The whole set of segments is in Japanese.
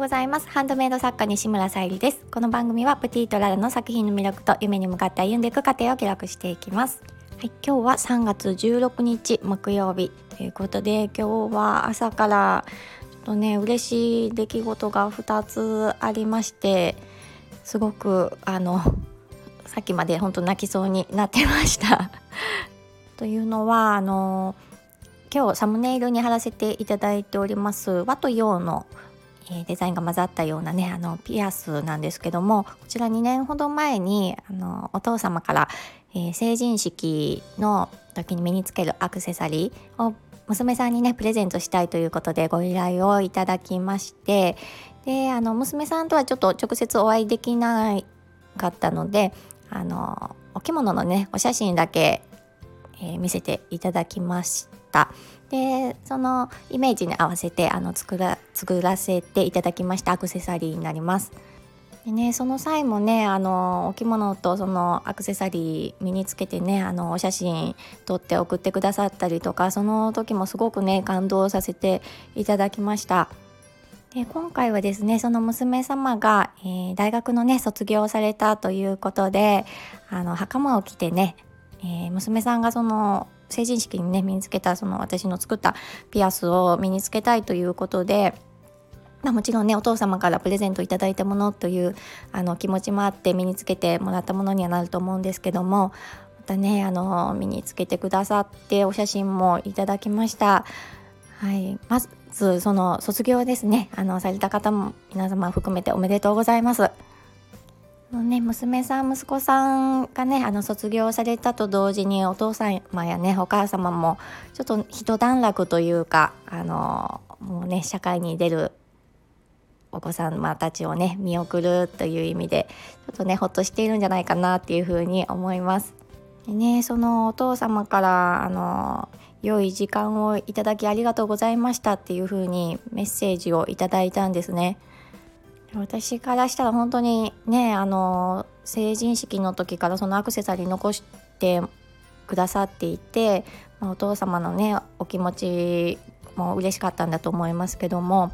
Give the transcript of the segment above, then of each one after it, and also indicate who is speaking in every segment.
Speaker 1: ございます。ハンドメイド作家西村さゆりです。この番組はプティとララの作品の魅力と夢に向かって歩んでいく過程を記録していきます。はい、今日は3月16日木曜日ということで、今日は朝からちょっとね嬉しい出来事が2つありまして、すごくさっきまで本当泣きそうになってましたというのは今日サムネイルに貼らせていただいております和と洋のデザインが混ざったようなねピアスなんですけども、こちら2年ほど前にお父様から、成人式の時に身につけるアクセサリーを娘さんにねプレゼントしたいということでご依頼をいただきまして、で娘さんとはちょっと直接お会いできなかったのでお着物のねお写真だけ、見せていただきました。でそのイメージに合わせて作らせていただきましたアクセサリーになります。でね、その際もねお着物とそのアクセサリー身につけてねお写真撮って送ってくださったりとか、その時もすごくね感動させていただきました。で今回はですね、その娘様が、大学のね卒業されたということで袴を着てね、娘さんがその成人式にね身につけたその私の作ったピアスを身につけたいということで、もちろんねお父様からプレゼントいただいたものという気持ちもあって身につけてもらったものにはなると思うんですけども、またね身につけてくださってお写真もいただきました。はい、まずその卒業ですねされた方も皆様含めておめでとうございます。娘さん息子さんがね卒業されたと同時にお父様やねお母様もちょっと一段落というかもうね社会に出るお子様たちをね見送るという意味でちょっとねほっとしているんじゃないかなっていうふうに思います。でね、そのお父様から良い時間をいただきありがとうございましたっていうふうにメッセージをいただいたんですね。私からしたら本当にね成人式の時からそのアクセサリー残してくださっていて、お父様のねお気持ちも嬉しかったんだと思いますけども、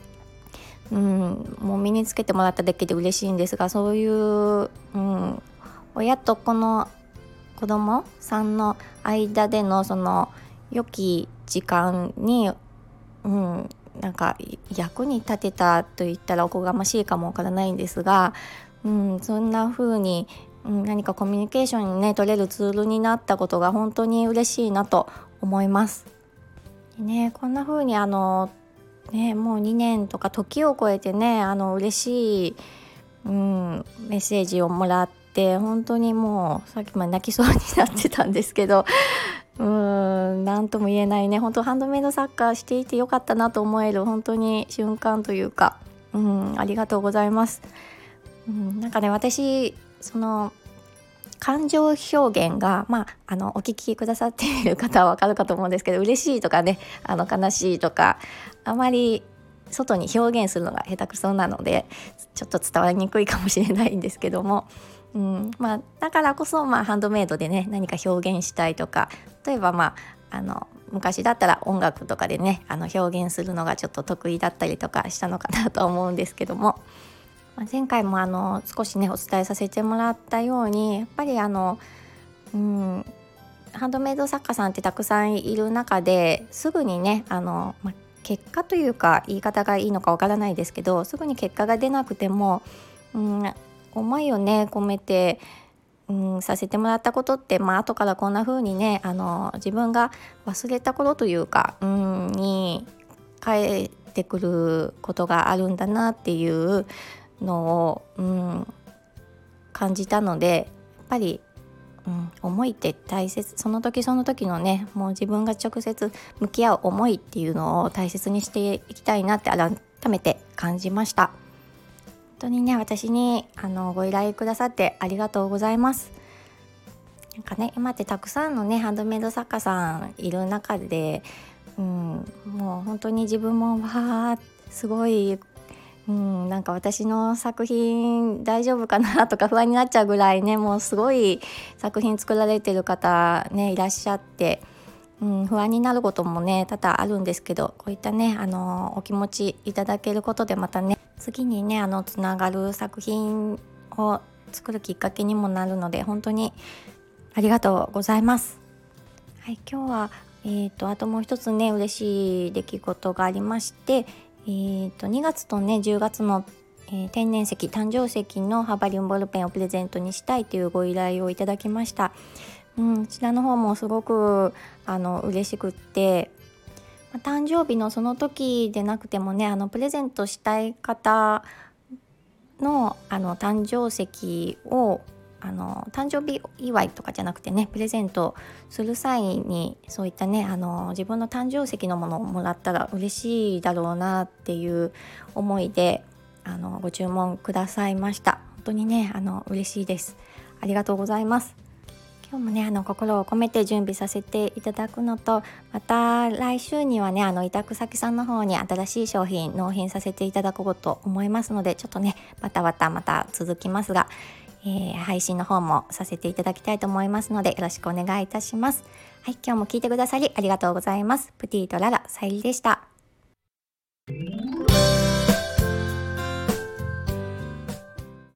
Speaker 1: もう身につけてもらっただけで嬉しいんですが、そういう、親とこの子供さんの間でのその良き時間に、なんか役に立てたと言ったらおこがましいかもわからないんですが、そんな風に、何かコミュニケーションにね取れるツールになったことが本当に嬉しいなと思います。でね、こんな風にもう2年とか時を超えてね嬉しい、メッセージをもらって本当にもうさっきまで泣きそうになってたんですけど、なんとも言えないね、本当ハンドメイド作家していてよかったなと思える本当に瞬間というか、ありがとうございます。なんかね私その感情表現がお聞きくださっている方はわかるかと思うんですけど、嬉しいとかね悲しいとかあまり外に表現するのが下手くそなのでちょっと伝わりにくいかもしれないんですけども、だからこそハンドメイドでね何か表現したいとか、例えば昔だったら音楽とかでね表現するのがちょっと得意だったりとかしたのかなと思うんですけども、前回も少しねお伝えさせてもらったように、やっぱりハンドメイド作家さんってたくさんいる中ですぐにね結果というか言い方がいいのかわからないですけど、すぐに結果が出なくても、思いをね込めて、させてもらったことって後からこんな風にね自分が忘れた頃というか、に返ってくることがあるんだなっていうのを、感じたので、やっぱり思いって大切、その時その時のねもう自分が直接向き合う思いっていうのを大切にしていきたいなって改めて感じました。本当にね私にご依頼くださってありがとうございます。なんかね今ってたくさんのねハンドメイド作家さんいる中で、もう本当に自分もすごいなんか私の作品大丈夫かなとか不安になっちゃうぐらいね、もうすごい作品作られてる方ねいらっしゃって、不安になることもね多々あるんですけど、こういったねお気持ちいただけることでまたね次にねつながる作品を作るきっかけにもなるので、本当にありがとうございます。はい、今日はあともう一つね嬉しい出来事がありまして、2月とね10月の、天然石誕生石のハーバリウムボールペンをプレゼントにしたいというご依頼をいただきました。こちらの方もすごく嬉しくって、誕生日のその時でなくてもねプレゼントしたい方の誕生石を誕生日祝いとかじゃなくてね、プレゼントする際にそういったね自分の誕生石のものをもらったら嬉しいだろうなっていう思いでご注文くださいました。本当にね嬉しいです。ありがとうございます。今日もね心を込めて準備させていただくのと、また来週にはね委託先さんの方に新しい商品納品させていただこうと思いますので、ちょっとねバタバタまた続きますが、配信の方もさせていただきたいと思いますので、よろしくお願いいたします。はい、今日も聞いてくださりありがとうございます。プティとララさゆりでした。